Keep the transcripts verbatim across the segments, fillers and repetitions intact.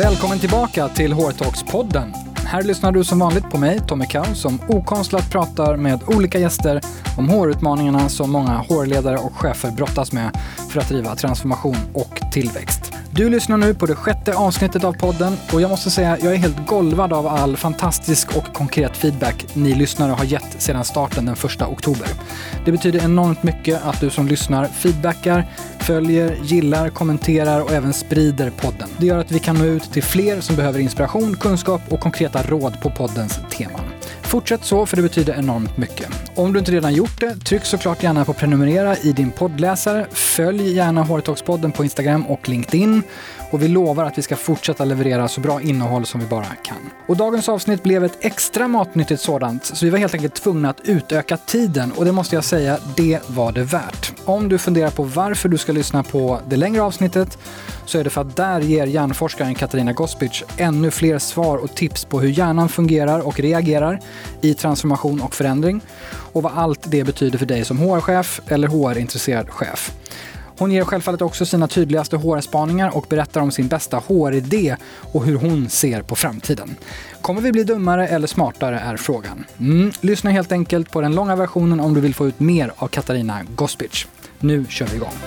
Välkommen tillbaka till H R-talks-podden. Här lyssnar du som vanligt på mig, Tommy Kau, som okonstlat pratar med olika gäster om H R-utmaningarna som många H R-ledare och chefer brottas med för att driva transformation och tillväxt. Du lyssnar nu på det sjätte avsnittet av podden och jag måste säga att jag är helt golvad av all fantastisk och konkret feedback ni lyssnare har gett sedan starten den första oktober. Det betyder enormt mycket att du som lyssnar feedbackar, följer, gillar, kommenterar och även sprider podden. Det gör att vi kan nå ut till fler som behöver inspiration, kunskap och konkreta råd på poddens teman. Fortsätt så, för det betyder enormt mycket. Om du inte redan gjort det, tryck såklart gärna på prenumerera i din poddläsare. Följ gärna H R-talks-podden på Instagram och LinkedIn. Och vi lovar att vi ska fortsätta leverera så bra innehåll som vi bara kan. Och dagens avsnitt blev ett extra matnyttigt sådant, så vi var helt enkelt tvungna att utöka tiden. Och det måste jag säga, det var det värt. Om du funderar på varför du ska lyssna på det längre avsnittet, så är det för att där ger hjärnforskaren Katarina Gospic ännu fler svar och tips på hur hjärnan fungerar och reagerar i transformation och förändring. Och vad allt det betyder för dig som H R-chef eller H R-intresserad chef. Hon ger självfallet också sina tydligaste H R-spaningar och berättar om sin bästa H R-idé och hur hon ser på framtiden. Kommer vi bli dummare eller smartare är frågan. Mm, lyssna helt enkelt på den långa versionen om du vill få ut mer av Katarina Gospic. Nu kör vi igång.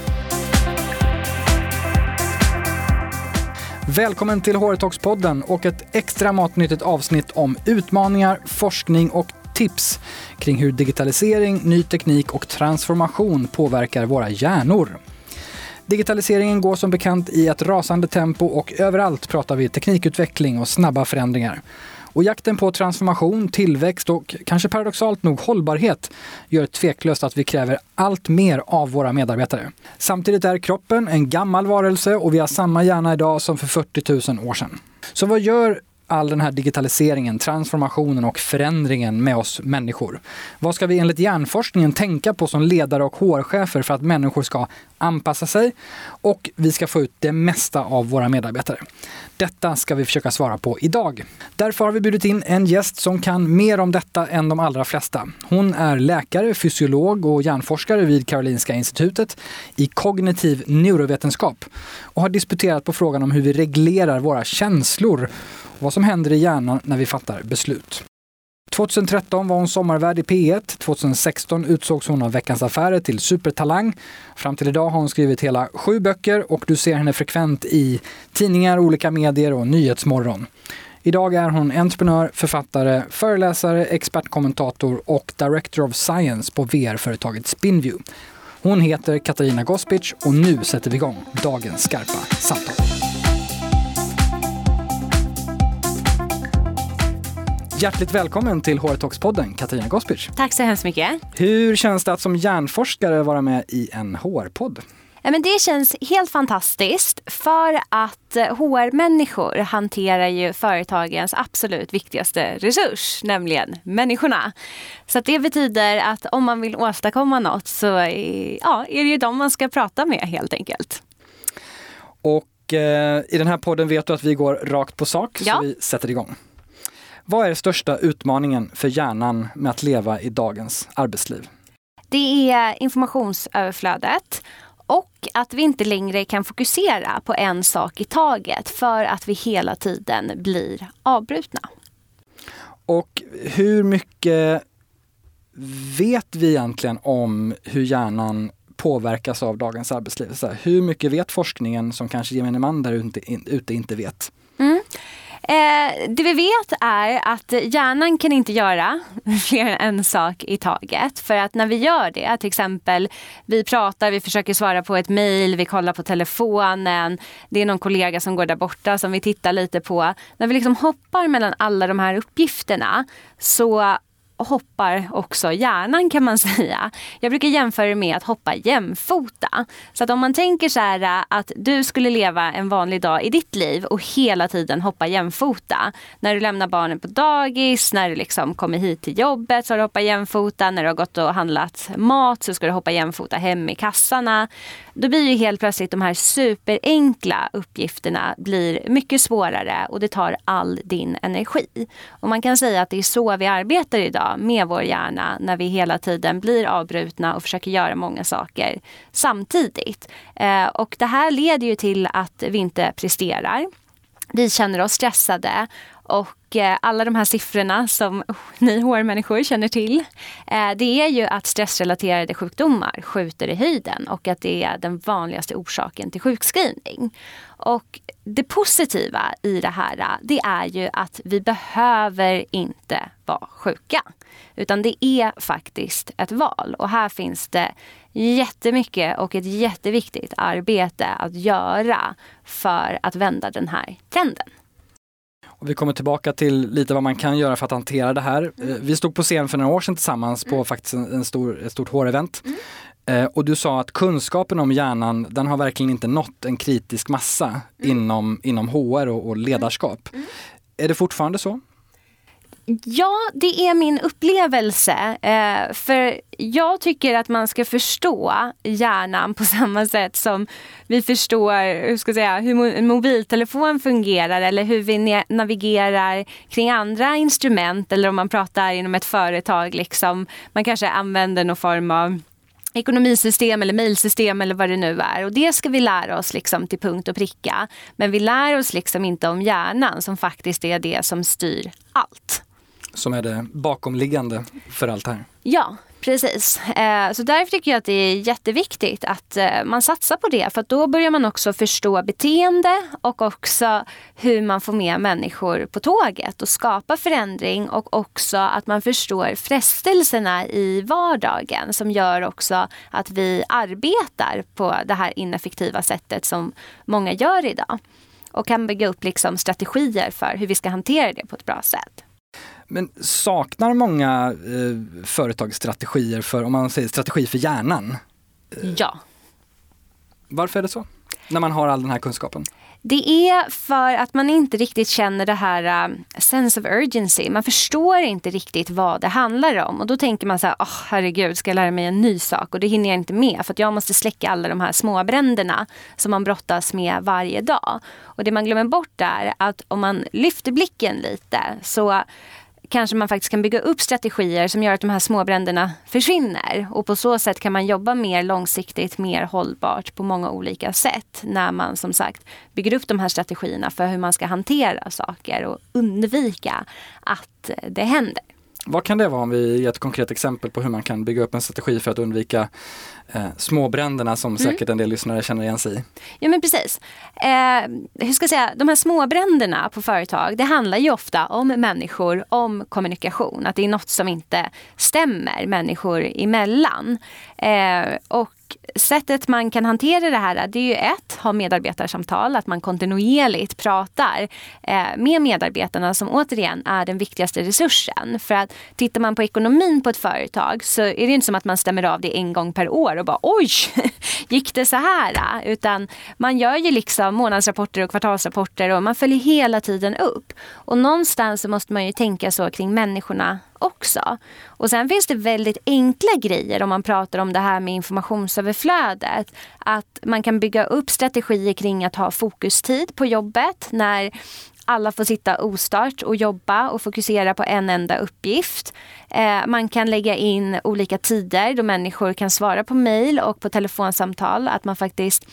Välkommen till H R-talks-podden och ett extra matnyttigt avsnitt om utmaningar, forskning och tips kring hur digitalisering, ny teknik och transformation påverkar våra hjärnor. Digitaliseringen går som bekant i ett rasande tempo och överallt pratar vi teknikutveckling och snabba förändringar. Och jakten på transformation, tillväxt och kanske paradoxalt nog hållbarhet gör tveklöst att vi kräver allt mer av våra medarbetare. Samtidigt är kroppen en gammal varelse och vi har samma hjärna idag som för fyrtio tusen år sedan. Så vad gör all den här digitaliseringen, transformationen och förändringen med oss människor? Vad ska vi enligt hjärnforskningen tänka på som ledare och H R-chefer för att människor ska anpassa sig och vi ska få ut det mesta av våra medarbetare? Detta ska vi försöka svara på idag. Därför har vi bjudit in en gäst som kan mer om detta än de allra flesta. Hon är läkare, fysiolog och hjärnforskare vid Karolinska institutet i kognitiv neurovetenskap och har disputerat på frågan om hur vi reglerar våra känslor och vad som händer i hjärnan när vi fattar beslut. tjugohundratretton var hon sommarvärd i P ett. tjugohundrasexton utsågs hon av Veckans Affärer till supertalang. Fram till idag har hon skrivit hela sju böcker och du ser henne frekvent i tidningar, olika medier och Nyhetsmorgon. Idag är hon entreprenör, författare, föreläsare, expertkommentator och director of science på V R-företaget Spinview. Hon heter Katarina Gospic och nu sätter vi igång dagens skarpa samtal. Hjärtligt välkommen till H R-talks-podden, Katarina Gospic. Tack så hemskt mycket. Hur känns det att som hjärnforskare vara med i en H R-podd? Ja, men det känns helt fantastiskt för att H R-människor hanterar ju företagens absolut viktigaste resurs, nämligen människorna. Så att det betyder att om man vill åstadkomma något så ja, är det ju dem man ska prata med helt enkelt. Och eh, i den här podden vet du att vi går rakt på sak, ja. Så vi sätter igång. Vad är den största utmaningen för hjärnan med att leva i dagens arbetsliv? Det är informationsöverflödet och att vi inte längre kan fokusera på en sak i taget för att vi hela tiden blir avbrutna. Och hur mycket vet vi egentligen om hur hjärnan påverkas av dagens arbetsliv? Så här, hur mycket vet forskningen som kanske gemene man där ute, ute inte vet? Mm. Eh, det vi vet är att hjärnan kan inte göra fler än en sak i taget. För att när vi gör det, till exempel vi pratar, vi försöker svara på ett mejl, vi kollar på telefonen, det är någon kollega som går där borta som vi tittar lite på. När vi liksom hoppar mellan alla de här uppgifterna så hoppar också hjärnan, kan man säga. Jag brukar jämföra det med att hoppa jämfota. Så att om man tänker så här att du skulle leva en vanlig dag i ditt liv och hela tiden hoppa jämfota. När du lämnar barnen på dagis, när du liksom kommer hit till jobbet så har du hoppa jämfota. När du har gått och handlat mat så ska du hoppa jämfota hem i kassarna. Då blir ju helt plötsligt de här superenkla uppgifterna blir mycket svårare och det tar all din energi. Och man kan säga att det är så vi arbetar idag med vår hjärna när vi hela tiden blir avbrutna och försöker göra många saker samtidigt. Eh, och det här leder ju till att vi inte presterar. vi känner oss stressade. Och eh, alla de här siffrorna som oh, ni H R-människor känner till, eh, det är ju att stressrelaterade sjukdomar skjuter i höjden och att det är den vanligaste orsaken till sjukskrivning. Och det positiva i det här, det är ju att vi behöver inte vara sjuka. Utan det är faktiskt ett val. Och här finns det jättemycket och ett jätteviktigt arbete att göra för att vända den här trenden. Och vi kommer tillbaka till lite vad man kan göra för att hantera det här. Mm. Vi stod på scen för några år sedan tillsammans på mm. faktiskt en, en stor, ett stort H R-event. Mm. Eh, och du sa att kunskapen om hjärnan, den har verkligen inte nått en kritisk massa mm. inom, inom H R och, och ledarskap. Mm. Är det fortfarande så? Ja, det är min upplevelse. Eh, för jag tycker att man ska förstå hjärnan på samma sätt som vi förstår hur, ska jag säga, hur en mobiltelefon fungerar eller hur vi navigerar kring andra instrument, eller om man pratar inom ett företag. Liksom, man kanske använder någon form av ekonomisystem eller mejlsystem eller vad det nu är. Och det ska vi lära oss liksom till punkt och pricka. Men vi lär oss liksom inte om hjärnan som faktiskt är det som styr allt. Som är det bakomliggande för allt här. Ja, precis. Eh, så därför tycker jag att det är jätteviktigt att eh, man satsar på det. För att då börjar man också förstå beteende och också hur man får med människor på tåget och skapa förändring. Och också att man förstår frestelserna i vardagen som gör också att vi arbetar på det här ineffektiva sättet som många gör idag. Och kan bygga upp liksom strategier för hur vi ska hantera det på ett bra sätt. Men saknar många eh, företagsstrategier för, om man säger strategi för hjärnan? Ja. Varför är det så? När man har all den här kunskapen? Det är för att man inte riktigt känner det här uh, sense of urgency. Man förstår inte riktigt vad det handlar om. Och då tänker man så här, åh oh, herregud, ska jag lära mig en ny sak? Och det hinner jag inte med för att jag måste släcka alla de här små bränderna som man brottas med varje dag. Och det man glömmer bort är att om man lyfter blicken lite så kanske man faktiskt kan bygga upp strategier som gör att de här småbränderna försvinner. Och på så sätt kan man jobba mer långsiktigt, mer hållbart på många olika sätt. När man som sagt bygger upp de här strategierna för hur man ska hantera saker och undvika att det händer. Vad kan det vara om vi ger ett konkret exempel på hur man kan bygga upp en strategi för att undvika eh, småbränderna som mm. säkert en del lyssnare känner igen sig i? Ja, men precis. Eh, hur ska jag säga, de här småbränderna på företag, det handlar ju ofta om människor, om kommunikation. Att det är något som inte stämmer människor emellan. Eh, och sättet man kan hantera det här, det är ju ett, ha medarbetarsamtal, att man kontinuerligt pratar eh, med medarbetarna som återigen är den viktigaste resursen. För att tittar man på ekonomin på ett företag så är det inte som att man stämmer av det en gång per år och bara oj, gick det så här? Utan man gör ju liksom månadsrapporter och kvartalsrapporter och man följer hela tiden upp. Och någonstans så måste man ju tänka så kring människorna också. Och sen finns det väldigt enkla grejer om man pratar om det här med informationsöverflödet. Att man kan bygga upp strategier kring att ha fokustid på jobbet när alla får sitta ostört och jobba och fokusera på en enda uppgift. Eh, man kan lägga in olika tider då människor kan svara på mejl och på telefonsamtal. Att man faktiskt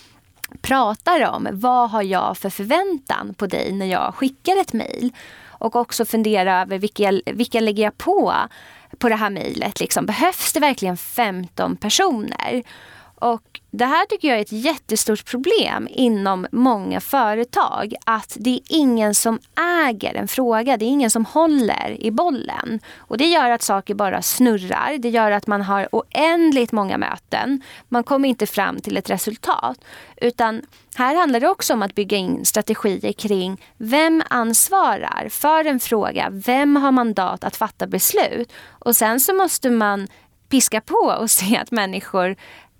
pratar om vad har jag för förväntan på dig när jag skickar ett mejl. Och också fundera över vilka, vilka lägger jag på på det här mejlet. Liksom. Behövs det verkligen femton personer? Och det här tycker jag är ett jättestort problem inom många företag. Att det är ingen som äger en fråga. Det är ingen som håller i bollen. Och det gör att saker bara snurrar. Det gör att man har oändligt många möten. Man kommer inte fram till ett resultat. Utan här handlar det också om att bygga in strategier kring vem ansvarar för en fråga. Vem har mandat att fatta beslut? Och sen så måste man piska på och se att människor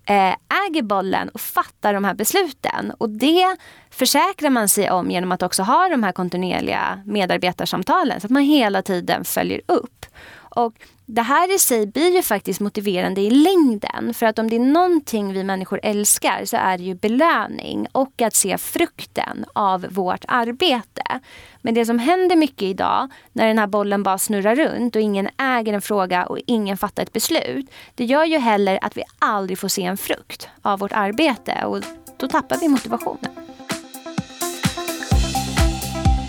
äger bollen och fattar de här besluten. Och det försäkrar man sig om genom att också ha de här kontinuerliga medarbetarsamtalen så att man hela tiden följer upp. Och det här i sig blir ju faktiskt motiverande i längden. För att om det är någonting vi människor älskar så är det ju belöning och att se frukten av vårt arbete. Men det som händer mycket idag när den här bollen bara snurrar runt och ingen äger en fråga och ingen fattar ett beslut. Det gör ju heller att vi aldrig får se en frukt av vårt arbete och då tappar vi motivationen.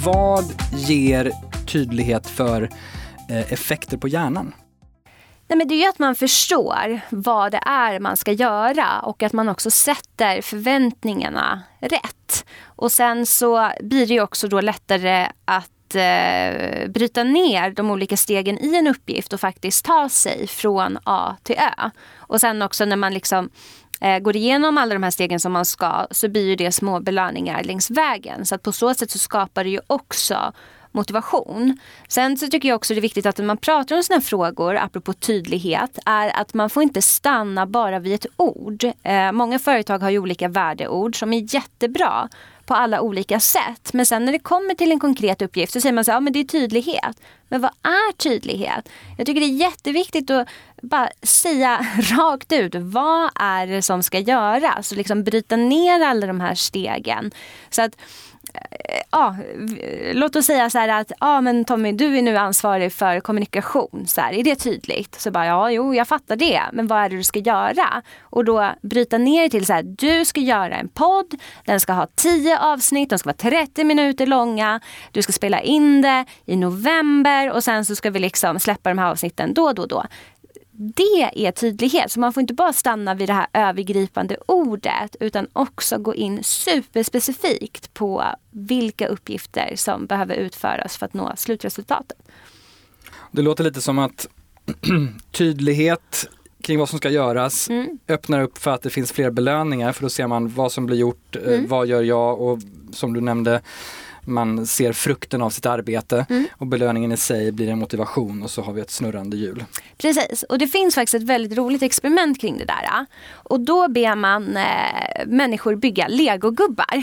vad ger tydlighet för eh, effekter på hjärnan? Nej, men det är ju att man förstår vad det är man ska göra och att man också sätter förväntningarna rätt. Och sen så blir det ju också då lättare att eh, bryta ner de olika stegen i en uppgift och faktiskt ta sig från A till Ö. Och sen också när man liksom eh, går igenom alla de här stegen som man ska, så blir ju det små belöningar längs vägen. Så att på så sätt så skapar det ju också motivation. Sen så tycker jag också det är viktigt att när man pratar om såna här frågor, apropå tydlighet, är att man får inte stanna bara vid ett ord. Eh, många företag har ju olika värdeord som är jättebra på alla olika sätt. Men sen när det kommer till en konkret uppgift så säger man så här, ja men det är tydlighet. Men vad är tydlighet? Jag tycker det är jätteviktigt att bara säga rakt ut, vad är det som ska göras? Och liksom bryta ner alla de här stegen. Så att ja, låt oss säga så här att ja, men Tommy, du är nu ansvarig för kommunikation. Så här, är det tydligt? Så bara, ja, jo, jag fattar det. Men vad är det du ska göra? Och då bryta ner till så här, du ska göra en podd. Den ska ha tio avsnitt. De ska vara trettio minuter långa. Du ska spela in det i november. Och sen så ska vi liksom släppa de här avsnitten då, då, då. Det är tydlighet, så man får inte bara stanna vid det här övergripande ordet utan också gå in superspecifikt på vilka uppgifter som behöver utföras för att nå slutresultatet. Det låter lite som att tydlighet kring vad som ska göras mm. öppnar upp för att det finns fler belöningar, för då ser man vad som blir gjort, mm. vad gör jag, och som du nämnde, man ser frukten av sitt arbete mm. och belöningen i sig blir en motivation, och så har vi ett snurrande hjul. Precis, och det finns faktiskt ett väldigt roligt experiment kring det där. Och då ber man eh, människor bygga legogubbar.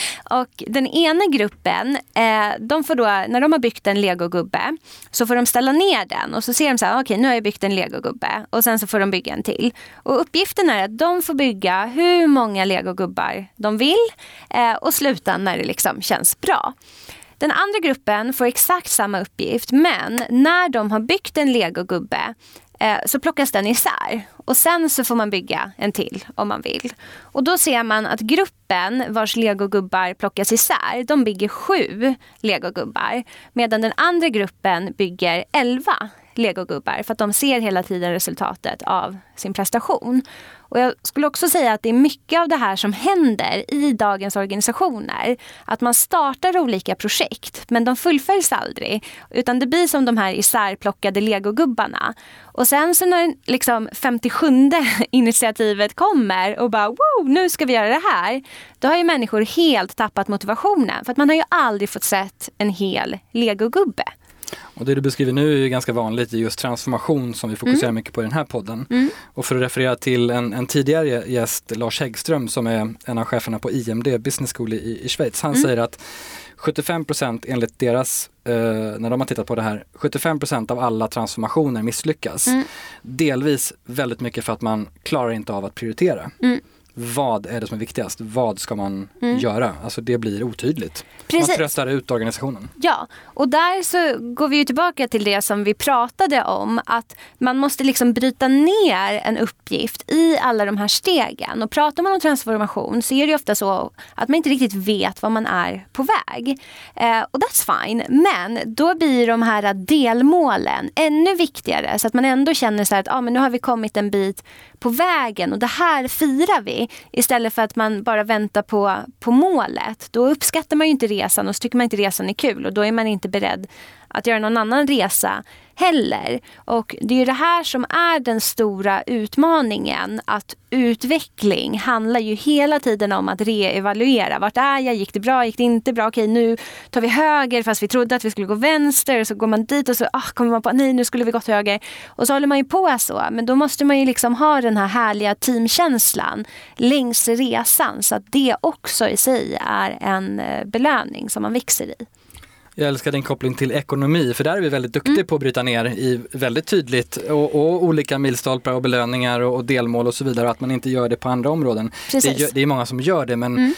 Och den ena gruppen, eh, de får då, när de har byggt en legogubbe, så får de ställa ner den och så ser de så här, okej, okay, nu har jag byggt en legogubbe, och sen så får de bygga en till. Och uppgiften är att de får bygga hur många legogubbar de vill eh, och sluta när det liksom känns bra. Den andra gruppen får exakt samma uppgift, men när de har byggt en legogubbe eh, så plockas den isär. Och sen så får man bygga en till om man vill. Och då ser man att gruppen vars legogubbar plockas isär, de bygger sju legogubbar. Medan den andra gruppen bygger elva legogubbar, för att de ser hela tiden resultatet av sin prestation. Och jag skulle också säga att det är mycket av det här som händer i dagens organisationer. Att man startar olika projekt, men de fullföljs aldrig. Utan det blir som de här isärplockade legogubbarna. Och sen så när liksom femtiosjunde initiativet kommer och bara, wow, nu ska vi göra det här. Då har ju människor helt tappat motivationen. För att man har ju aldrig fått sett en hel legogubbe. Och det du beskriver nu är ju ganska vanligt i just transformation, som vi fokuserar mm. mycket på i den här podden. Mm. Och för att referera till en, en tidigare gäst, Lars Häggström, som är en av cheferna på I M D Business School i, i Schweiz. Han mm. säger att sjuttiofem procent enligt deras, eh, när de har tittat på det här, sjuttiofem procent av alla transformationer misslyckas. Mm. Delvis väldigt mycket för att man klarar inte av att prioritera. Mm. Vad är det som är viktigast? Vad ska man mm. göra? Alltså det blir otydligt. Precis. Man tröstar ut organisationen. Ja, och där så går vi ju tillbaka till det som vi pratade om. Att man måste liksom bryta ner en uppgift i alla de här stegen. Och pratar man om transformation så är det ju ofta så att man inte riktigt vet vad man är på väg. Eh, och that's fine. Men då blir de här delmålen ännu viktigare. Så att man ändå känner så här att ah, men nu har vi kommit en bit på vägen och det här firar vi, istället för att man bara väntar på, på målet. Då uppskattar man ju inte resan och så tycker man inte resan är kul, och då är man inte beredd att göra någon annan resa heller. Och det är ju det här som är den stora utmaningen, att utveckling handlar ju hela tiden om att reevaluera. Vart är jag? Gick det bra? Gick det inte bra? Okej, nu tar vi höger fast vi trodde att vi skulle gå vänster, så går man dit och så ah, kommer man på nej, nu skulle vi gått höger. Och så håller man ju på så, men då måste man ju liksom ha den här härliga teamkänslan längs resan, så att det också i sig är en belöning som man växer i. Jag älskar din koppling till ekonomi, för där är vi väldigt duktiga mm. på att bryta ner i väldigt tydligt och, och olika milstolpar och belöningar och, och delmål och så vidare, att man inte gör det på andra områden. Det är, det är många som gör det, men mm.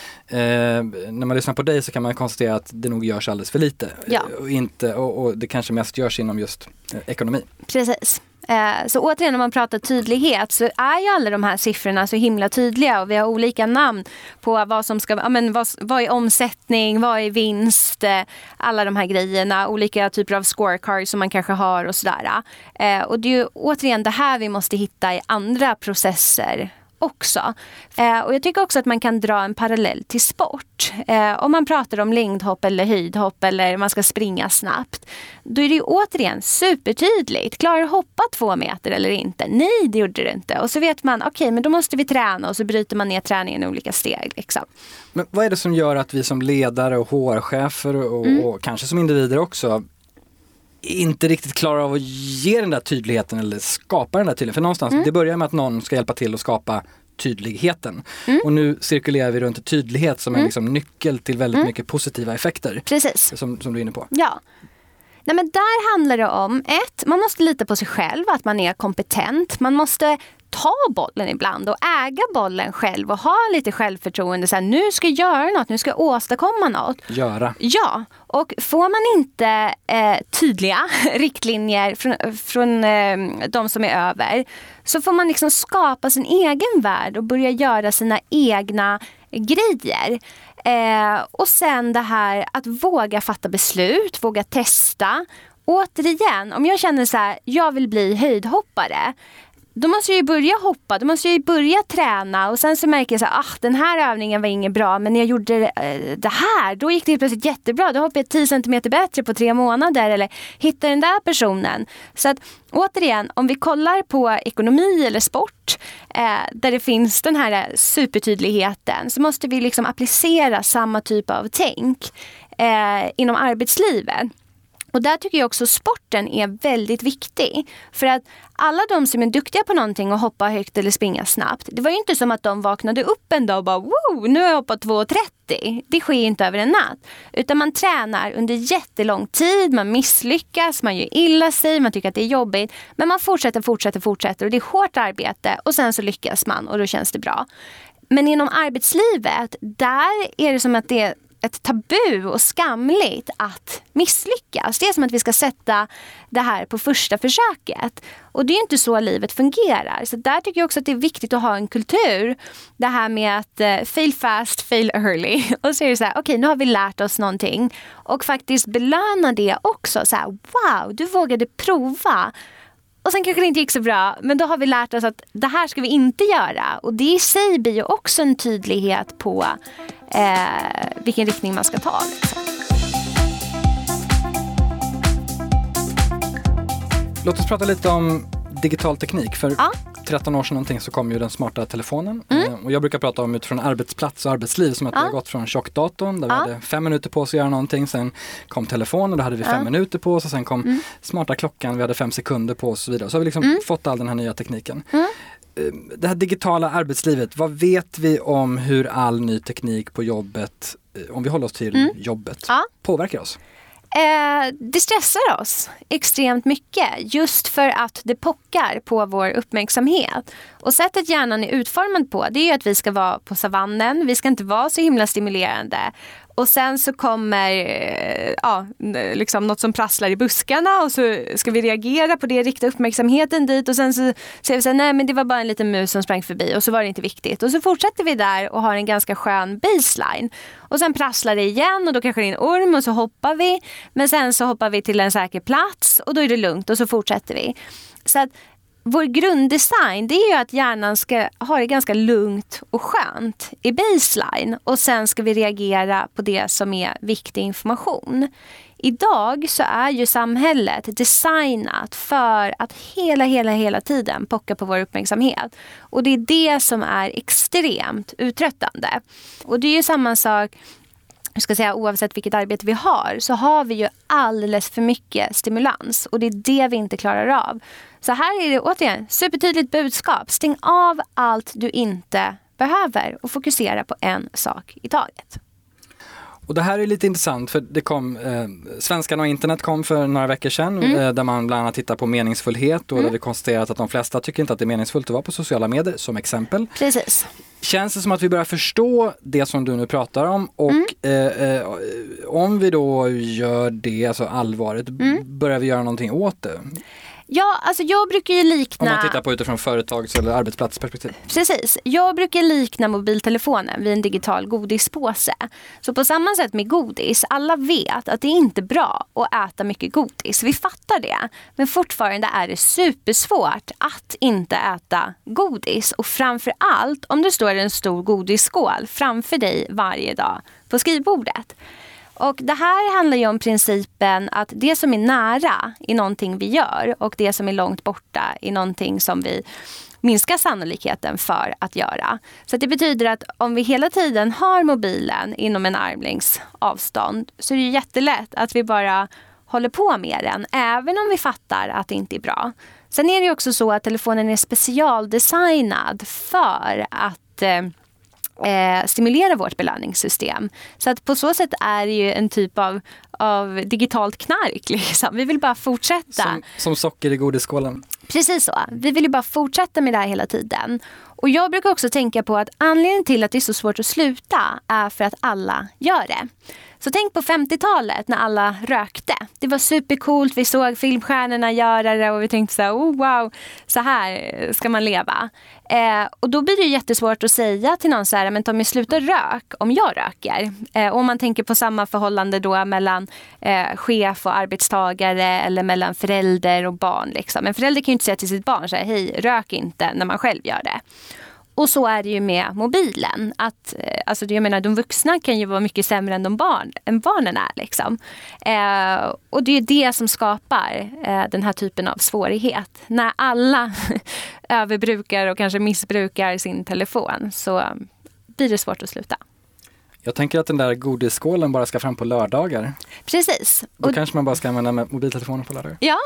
eh, när man lyssnar på dig så kan man konstatera att det nog görs alldeles för lite. Ja. Och, inte, och, och det kanske mest görs inom just eh, ekonomi. Precis. Eh, så återigen, när man pratar tydlighet så är ju alla de här siffrorna så himla tydliga och vi har olika namn på vad som ska, ja, men vad, vad är omsättning, vad är vinst, eh, alla de här grejerna, olika typer av scorecards som man kanske har och sådär. Eh, och det är ju återigen det här vi måste hitta i andra processer också. Eh, och jag tycker också att man kan dra en parallell till sport. Eh, om man pratar om längdhopp eller höjdhopp eller man ska springa snabbt, då är det ju återigen supertydligt. Klarar du hoppa två meter eller inte? Nej, det gjorde du inte. Och så vet man, okej, okay, men då måste vi träna och så bryter man ner träningen i olika steg. Liksom. Men vad är det som gör att vi som ledare och H R-chefer och, mm. och kanske som individer också inte riktigt klarar av att ge den där tydligheten eller skapa den där tydligheten? För någonstans, mm. det börjar med att någon ska hjälpa till att skapa tydligheten. Mm. Och nu cirkulerar vi runt tydlighet som mm. är liksom nyckel till väldigt mm. mycket positiva effekter. Precis. Som, som du är inne på. Ja. Nej, men där handlar det om, ett, man måste lita på sig själv, att man är kompetent. Man måste ta bollen ibland och äga bollen själv och ha lite självförtroende. Så här, nu ska jag göra något, nu ska jag åstadkomma något. Göra. Ja, och får man inte eh, tydliga riktlinjer från, från eh, de som är över, så får man liksom skapa sin egen värld och börja göra sina egna grejer. Eh, och sen det här att våga fatta beslut, våga testa. Återigen, om jag känner så här, jag vill bli höjdhoppare, då måste jag ju börja hoppa, då måste jag ju börja träna och sen så märker jag så här, ah, den här övningen var inget bra, men när jag gjorde det, det här, då gick det plötsligt jättebra, då hoppade jag tio centimeter bättre på tre månader eller hittade den där personen. Så att återigen, om vi kollar på ekonomi eller sport eh, där det finns den här supertydligheten, så måste vi liksom applicera samma typ av tänk eh, inom arbetslivet. Och där tycker jag också sporten är väldigt viktig. För att alla de som är duktiga på någonting och hoppar högt eller springa snabbt, det var ju inte som att de vaknade upp en dag och bara wow, nu har jag hoppat två trettio. Det sker inte över en natt. Utan man tränar under jättelång tid, man misslyckas, man gör illa sig, man tycker att det är jobbigt. Men man fortsätter, fortsätter, fortsätter och det är hårt arbete och sen så lyckas man och då känns det bra. Men inom arbetslivet, där är det som att det är ett tabu och skamligt att misslyckas. Det är som att vi ska sätta det här på första försöket. Och det är inte så livet fungerar. Så där tycker jag också att det är viktigt att ha en kultur. Det här med att uh, fail fast, fail early. Och så är det så här, okej, okay, nu har vi lärt oss någonting. Och faktiskt belöna det också. Så här, wow, du vågade prova. Och sen kanske det inte gick så bra, men då har vi lärt oss att det här ska vi inte göra. Och det i sig blir ju också en tydlighet på eh, vilken riktning man ska ta. Låt oss prata lite om digital teknik. För ja. tretton år sedan någonting så kom ju den smarta telefonen. Mm. Och jag brukar prata om utifrån arbetsplats och arbetsliv som att ja. vi har gått från tjockdatorn där ja. vi hade fem minuter på oss att göra någonting. Sen kom telefonen och då hade vi fem ja. minuter på oss och sen kom mm. smarta klockan, vi hade fem sekunder på oss och så vidare. Så har vi liksom mm. fått all den här nya tekniken. Mm. Det här digitala arbetslivet, vad vet vi om hur all ny teknik på jobbet, om vi håller oss till mm. jobbet, ja. påverkar oss? Eh, det stressar oss extremt mycket just för att det pockar på vår uppmärksamhet. Och sättet hjärnan är utformad på, det är ju att vi ska vara på savannen, vi ska inte vara så himla stimulerande. Och sen så kommer ja, liksom något som prasslar i buskarna och så ska vi reagera på det, rikta uppmärksamheten dit och sen så säger vi så här, nej men det var bara en liten mus som sprang förbi och så var det inte viktigt. Och så fortsätter vi där och har en ganska skön baseline. Och sen prasslar det igen och då kanske det är en orm och så hoppar vi. Men sen så hoppar vi till en säker plats och då är det lugnt och så fortsätter vi. Så att vår grunddesign, det är ju att hjärnan ska ha det ganska lugnt och skönt i baseline och sen ska vi reagera på det som är viktig information. Idag så är ju samhället designat för att hela, hela, hela tiden pocka på vår uppmärksamhet. Och det är det som är extremt uttröttande. Och det är ju samma sak, jag ska säga, oavsett vilket arbete vi har så har vi ju alldeles för mycket stimulans och det är det vi inte klarar av. Så här är det återigen supertydligt budskap. Stäng av allt du inte behöver och fokusera på en sak i taget. Och det här är lite intressant för det kom, eh, Svenskarna och internet kom för några veckor sedan mm. eh, där man bland annat tittar på meningsfullhet och mm. där vi konstaterat att de flesta tycker inte att det är meningsfullt att vara på sociala medier som exempel. Precis. Känns det som att vi börjar förstå det som du nu pratar om och mm. eh, eh, om vi då gör det, alltså allvaret, mm. börjar vi göra någonting åt det? Ja, alltså jag brukar ju likna... Om man tittar på utifrån företags- eller arbetsplatsperspektiv. Precis. Jag brukar likna mobiltelefonen vid en digital godispåse. Så på samma sätt med godis, alla vet att det är inte bra att äta mycket godis. Vi fattar det. Men fortfarande är det supersvårt att inte äta godis. Och framför allt om det står en stor godisskål framför dig varje dag på skrivbordet. Och det här handlar ju om principen att det som är nära i någonting vi gör och det som är långt borta i någonting som vi minskar sannolikheten för att göra. Så det betyder att om vi hela tiden har mobilen inom en armlängds avstånd så är det jättelätt att vi bara håller på med den även om vi fattar att det inte är bra. Sen är det ju också så att telefonen är specialdesignad för att... Eh, Eh, stimulera vårt belöningssystem. Så att på så sätt är det ju en typ av, av digitalt knark. Liksom. Vi vill bara fortsätta. Som, som socker i godisskålen. Precis så. Vi vill ju bara fortsätta med det här hela tiden. Och jag brukar också tänka på att anledningen till att det är så svårt att sluta är för att alla gör det. Så tänk på femtiotalet när alla rökte. Det var supercoolt, vi såg filmstjärnorna göra det och vi tänkte så här, oh wow, så här ska man leva. Eh, och då blir det jättesvårt att säga till någon så här, men Tommy, sluta rök om jag röker. Eh, och om man tänker på samma förhållande då mellan eh, chef och arbetstagare eller mellan förälder och barn. Liksom. En förälder kan ju inte säga till sitt barn så här, hej, rök inte när man själv gör det. Och så är det ju med mobilen. Att, alltså, jag menar, de vuxna kan ju vara mycket sämre än de barn, än barnen är. Liksom. Eh, och det är det som skapar eh, den här typen av svårighet. När alla överbrukar och kanske missbrukar sin telefon så blir det svårt att sluta. Jag tänker att den där godisskålen bara ska fram på lördagar. Precis. Då och... kanske man bara ska använda med mobiltelefonen på lördagar. Ja.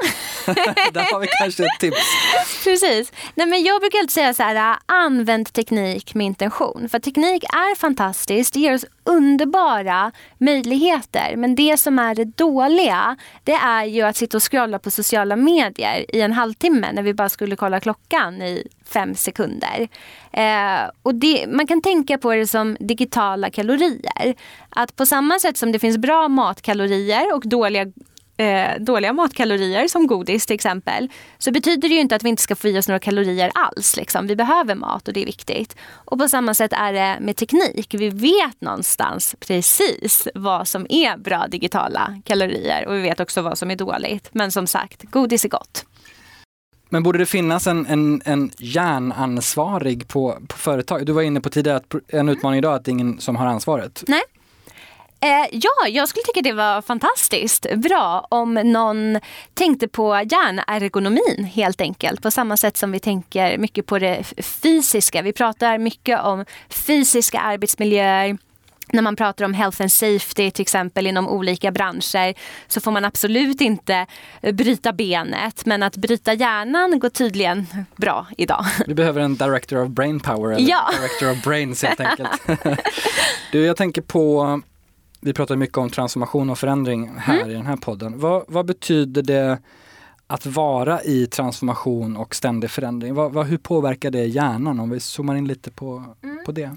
Där har vi kanske ett tips. Precis. Nej, men jag brukar alltid säga så här, använd teknik med intention. För teknik är fantastiskt, det ger oss underbara möjligheter. Men det som är det dåliga, det är ju att sitta och scrolla på sociala medier i en halvtimme när vi bara skulle kolla klockan i fem sekunder. Eh, och det, man kan tänka på det som digitala kalorier. Att på samma sätt som det finns bra matkalorier och dåliga Eh, dåliga matkalorier som godis till exempel, så betyder det ju inte att vi inte ska få i oss några kalorier alls. Liksom. Vi behöver mat och det är viktigt. Och på samma sätt är det med teknik. Vi vet någonstans precis vad som är bra digitala kalorier och vi vet också vad som är dåligt. Men som sagt, godis är gott. Men borde det finnas en, en, en hjärnansvarig på, på företag? Du var inne på tidigare att en utmaning idag att det är ingen som har ansvaret. Nej. Eh, ja, jag skulle tycka det var fantastiskt bra om någon tänkte på hjärnergonomin helt enkelt. På samma sätt som vi tänker mycket på det fysiska. Vi pratar mycket om fysiska arbetsmiljöer. När man pratar om health and safety till exempel inom olika branscher så får man absolut inte bryta benet. Men att bryta hjärnan går tydligen bra idag. Vi behöver en director of brain power eller ja. director of brains helt enkelt. Du, jag tänker på... Vi pratar mycket om transformation och förändring här mm. i den här podden. Vad, vad betyder det att vara i transformation och ständig förändring? Vad, vad, hur påverkar det hjärnan om vi zoomar in lite på, mm. på det?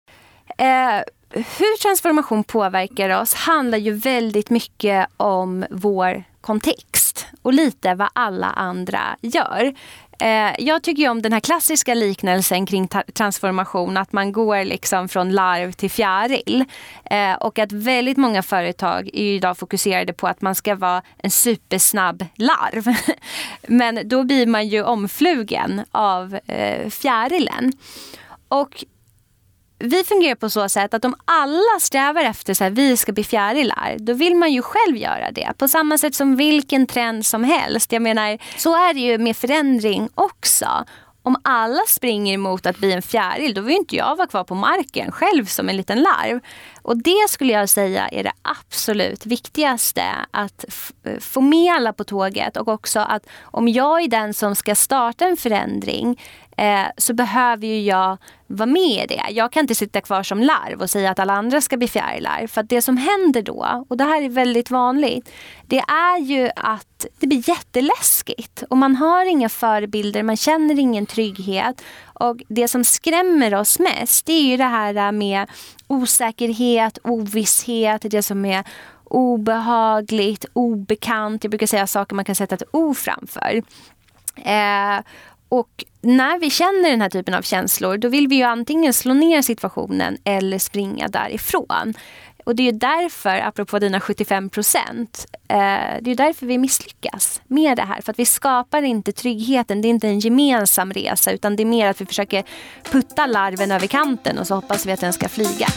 Eh, hur transformation påverkar oss handlar ju väldigt mycket om vår kontext och lite vad alla andra gör. Eh, jag tycker ju om den här klassiska liknelsen kring ta- transformation, att man går liksom från larv till fjäril. Eh, och att väldigt många företag är idag fokuserade på att man ska vara en supersnabb larv. Men då blir man ju omflugen av eh, fjärilen. Och vi fungerar på så sätt att om alla strävar efter så här, vi ska bli fjärilar, då vill man ju själv göra det. På samma sätt som vilken trend som helst. Jag menar, så är det ju med förändring också. Om alla springer emot att bli en fjäril, då vill inte jag vara kvar på marken själv som en liten larv. Och det skulle jag säga är det absolut viktigaste, att f- få med alla på tåget. Och också att om jag är den som ska starta en förändring eh, så behöver ju jag vara med i det. Jag kan inte sitta kvar som larv och säga att alla andra ska bli fjärilar. För att det som händer då, och det här är väldigt vanligt, det är ju att det blir jätteläskigt. Och man har inga förebilder, man känner ingen trygghet. Och det som skrämmer oss mest, det är ju det här med osäkerhet, ovisshet, det som är obehagligt, obekant. Jag brukar säga saker man kan sätta ett O framför. Eh, och när vi känner den här typen av känslor, då vill vi ju antingen slå ner situationen eller springa därifrån. Och det är ju därför, apropå dina sjuttiofem procent, eh, det är därför vi misslyckas med det här. För att vi skapar inte tryggheten, det är inte en gemensam resa, utan det är mer att vi försöker putta larven över kanten och så hoppas vi att den ska flyga.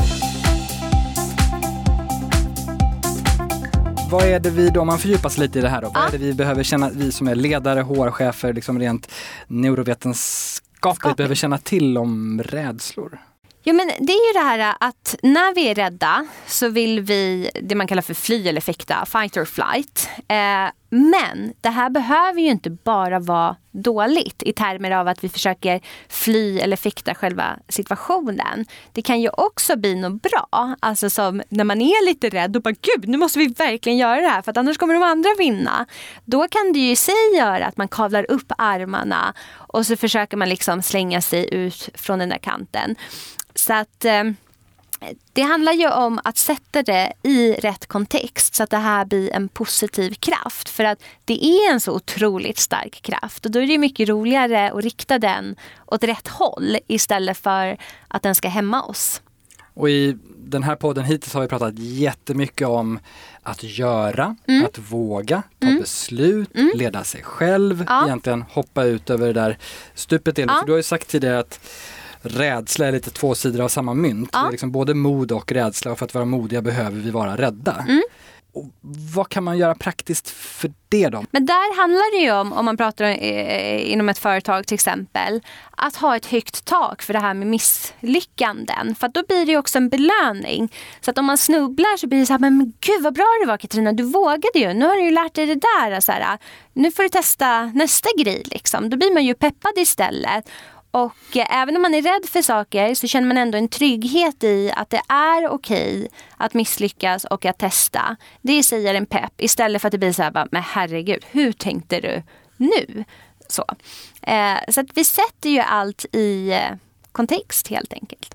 Vad är det vi då, om man fördjupas lite i det här då, vad ja. är det vi behöver känna, vi som är ledare, H R-chefer, liksom rent neurovetenskapligt Skapligt. behöver känna till om rädslor? Jo, men det är ju det här att när vi är rädda så vill vi det man kallar för fly eller fäkta, fight or flight. Eh, men det här behöver ju inte bara vara dåligt i termer av att vi försöker fly eller fäkta själva situationen. Det kan ju också bli något bra. Alltså som när man är lite rädd och bara gud, nu måste vi verkligen göra det här för att annars kommer de andra vinna. Då kan det ju i sig göra att man kavlar upp armarna och så försöker man liksom slänga sig ut från den där kanten. Så att eh, det handlar ju om att sätta det i rätt kontext så att det här blir en positiv kraft. För att det är en så otroligt stark kraft och då är det mycket roligare att rikta den åt rätt håll istället för att den ska hämma oss. Och i den här podden hittills har vi pratat jättemycket om att göra, mm. att våga, ta mm. beslut, mm. leda sig själv, ja. egentligen hoppa ut över det där stupet. Ja. För du har ju sagt tidigare att rädsla är lite två sidor av samma mynt. Ja. Det är liksom både mod och rädsla och för att vara modiga behöver vi vara rädda. Mm. Och vad kan man göra praktiskt för det då? Men där handlar det ju om, om man pratar eh, inom ett företag till exempel, att ha ett högt tak för det här med misslyckanden. För att då blir det ju också en belöning. Så att om man snubblar så blir det så här, men gud vad bra det var Katarina, du vågade ju. Nu har du ju lärt dig det där. Så här, nu får du testa nästa grej liksom. Då blir man ju peppad istället. Och eh, även om man är rädd för saker så känner man ändå en trygghet i att det är okej att misslyckas och att testa. Det säger en pepp istället för att det blir så här, bara, men herregud, hur tänkte du nu? Så, eh, så att vi sätter ju allt i eh, kontext helt enkelt.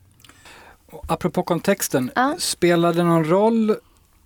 Och apropå kontexten, ja. spelar det någon roll,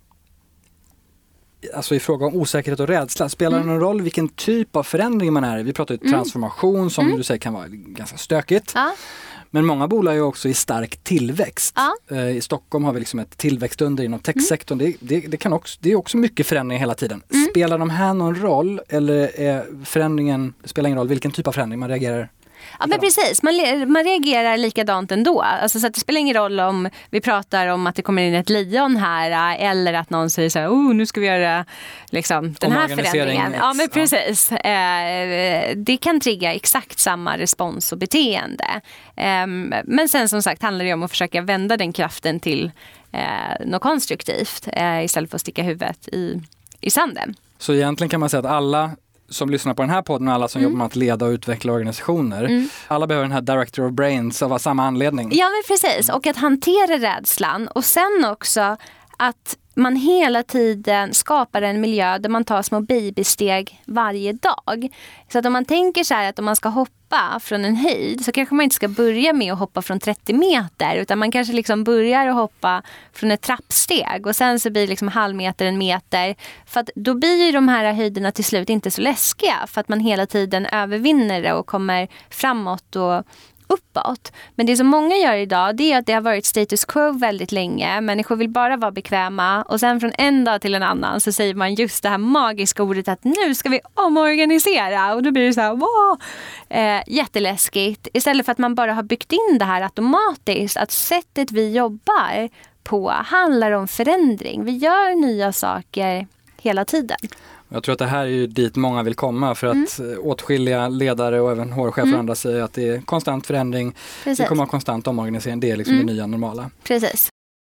alltså i fråga om osäkerhet och rädsla, spelar det mm. någon roll vilken typ av förändring man är i? Vi pratar ju transformation som mm. du säger kan vara ganska stökigt. Ja. Men många bolag är ju också i stark tillväxt. Ja. Eh, I Stockholm har vi liksom ett tillväxtunder inom techsektorn. Mm. Det, det, det, kan också, det är också mycket förändring hela tiden. Mm. Spelar de här någon roll eller är förändringen, det spelar ingen roll vilken typ av förändring man reagerar? Ja, men precis. Man, man reagerar likadant ändå. Alltså, så att det spelar ingen roll om vi pratar om att det kommer in ett lejon här eller att någon säger så här, oh, nu ska vi göra liksom, den här förändringen. Ja, men precis. Ja. Eh, det kan trigga exakt samma respons och beteende. Eh, men sen som sagt handlar det om att försöka vända den kraften till eh, något konstruktivt eh, istället för att sticka huvudet i, i sanden. Så egentligen kan man säga att alla som lyssnar på den här podden och alla som mm. jobbar med att leda och utveckla organisationer. Mm. Alla behöver den här director of brains av samma anledning. Ja, men precis. Och att hantera rädslan. Och sen också att man hela tiden skapar en miljö där man tar små babysteg varje dag. Så att om man tänker så här att om man ska hoppa från en höjd så kanske man inte ska börja med att hoppa från trettio meter utan man kanske liksom börjar att hoppa från ett trappsteg och sen så blir det liksom halv meter, en meter. För att då blir ju de här höjderna till slut inte så läskiga för att man hela tiden övervinner det och kommer framåt och uppåt. Men det som många gör idag det är att det har varit status quo väldigt länge. Människor vill bara vara bekväma och sen från en dag till en annan så säger man just det här magiska ordet att nu ska vi omorganisera och då blir det så här wow, eh, jätteläskigt. Istället för att man bara har byggt in det här automatiskt att sättet vi jobbar på handlar om förändring. Vi gör nya saker hela tiden. Jag tror att det här är ju dit många vill komma för att mm. åtskilliga ledare och även H R-chefer mm. och andra säger att det är konstant förändring. Precis. Det kommer att ha konstant omorganisering. Det är liksom mm. det nya normala. Precis.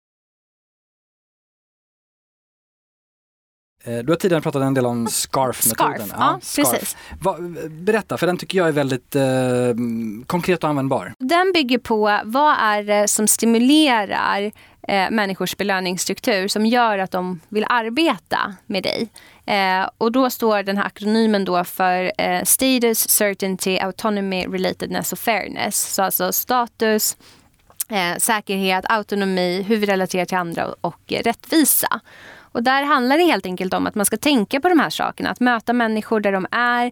Du har tidigare pratat en del om SCARF-metoden. Scarf, ja, Scarf. Precis. Va, berätta, för den tycker jag är väldigt eh, konkret och användbar. Den bygger på vad är det som stimulerar eh, människors belöningsstruktur som gör att de vill arbeta med dig. Eh, och då står den här akronymen då för eh, Status, Certainty, Autonomy, Relatedness och Fairness. Så alltså status, eh, säkerhet, autonomi, hur vi relaterar till andra och eh, rättvisa. Och där handlar det helt enkelt om att man ska tänka på de här sakerna. Att möta människor där de är.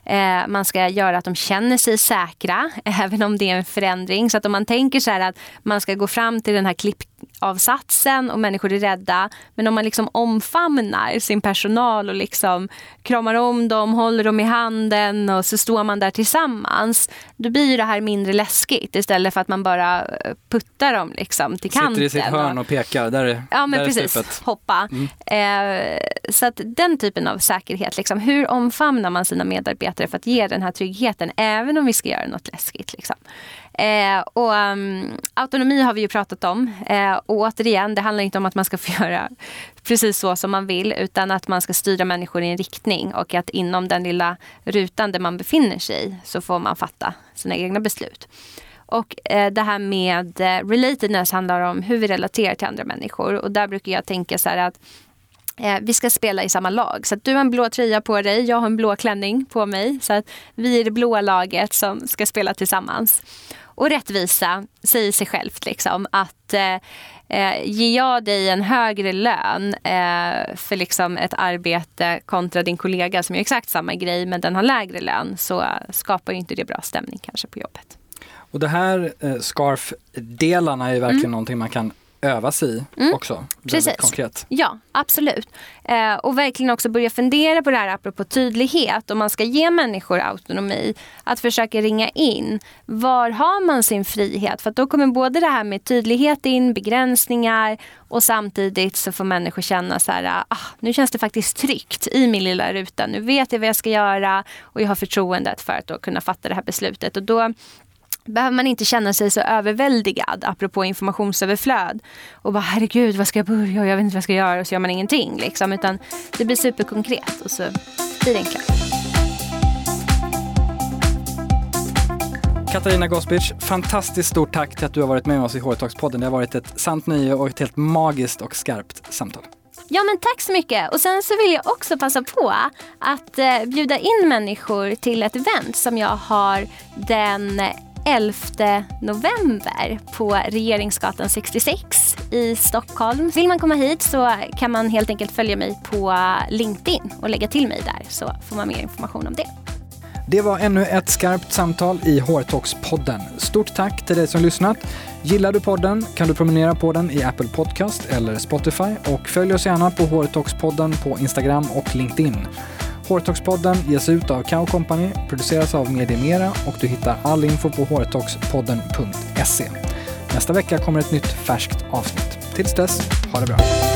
Eh, man ska göra att de känner sig säkra, även om det är en förändring. Så att om man tänker så här att man ska gå fram till den här klippavsatsen och människor är rädda. Men om man liksom omfamnar sin personal och liksom kramar om dem, håller dem i handen och så står man där tillsammans. Då blir det här mindre läskigt istället för att man bara puttar dem liksom till kanten. Sitter i sitt hörn och pekar. Där är, ja, men där precis. Är stupet. Hoppa. Mm. Eh, så att den typen av säkerhet, liksom, hur omfamnar man sina medarbetare för att ge den här tryggheten även om vi ska göra något läskigt liksom. Eh, och um, autonomi har vi ju pratat om eh, och återigen, det handlar inte om att man ska få göra precis så som man vill, utan att man ska styra människor i en riktning och att inom den lilla rutan där man befinner sig så får man fatta sina egna beslut. Och eh, det här med eh, relatedness handlar om hur vi relaterar till andra människor, och där brukar jag tänka så här att Eh, vi ska spela i samma lag. Så att du har en blå tröja på dig, jag har en blå klänning på mig. Så att vi är det blåa laget som ska spela tillsammans. Och rättvisa säger sig självt liksom att eh, eh, ger jag dig en högre lön eh, för liksom ett arbete kontra din kollega som gör exakt samma grej men den har lägre lön, så skapar ju inte det bra stämning kanske på jobbet. Och det här eh, scarf-delarna är ju verkligen mm. någonting man kan öva sig mm. också. Precis. Konkret. Ja, absolut. Eh, och verkligen också börja fundera på det här apropå tydlighet. Om man ska ge människor autonomi, att försöka ringa in var har man sin frihet. För att då kommer både det här med tydlighet in, begränsningar, och samtidigt så får människor känna så här, ah, nu känns det faktiskt tryggt i min lilla ruta. Nu vet jag vad jag ska göra och jag har förtroendet för att då kunna fatta det här beslutet. Och då behöver man inte känna sig så överväldigad apropå informationsöverflöd och bara herregud, vad ska jag börja, jag vet inte vad jag ska göra, och så gör man ingenting liksom, utan det blir superkonkret och så blir det enklare. Katarina Gospic, fantastiskt stort tack till att du har varit med oss i H R Talks-podden. Det har varit ett sant nöje och ett helt magiskt och skarpt samtal. Ja, men tack så mycket. Och sen så vill jag också passa på att eh, bjuda in människor till ett event som jag har den elfte november på Regeringsgatan sextiosex i Stockholm. Vill man komma hit så kan man helt enkelt följa mig på LinkedIn och lägga till mig där, så får man mer information om det. Det var ännu ett skarpt samtal i H R Talks-podden. Stort tack till dig som lyssnat. Gillar du podden kan du prenumerera på den i Apple Podcast eller Spotify, och följ oss gärna på H R Talks-podden på Instagram och LinkedIn. H R Talks-podden ges ut av Kao Company, produceras av Mediemera, och du hittar all info på h r talks podden punkt se. Nästa vecka kommer ett nytt färskt avsnitt. Tills dess, ha det bra.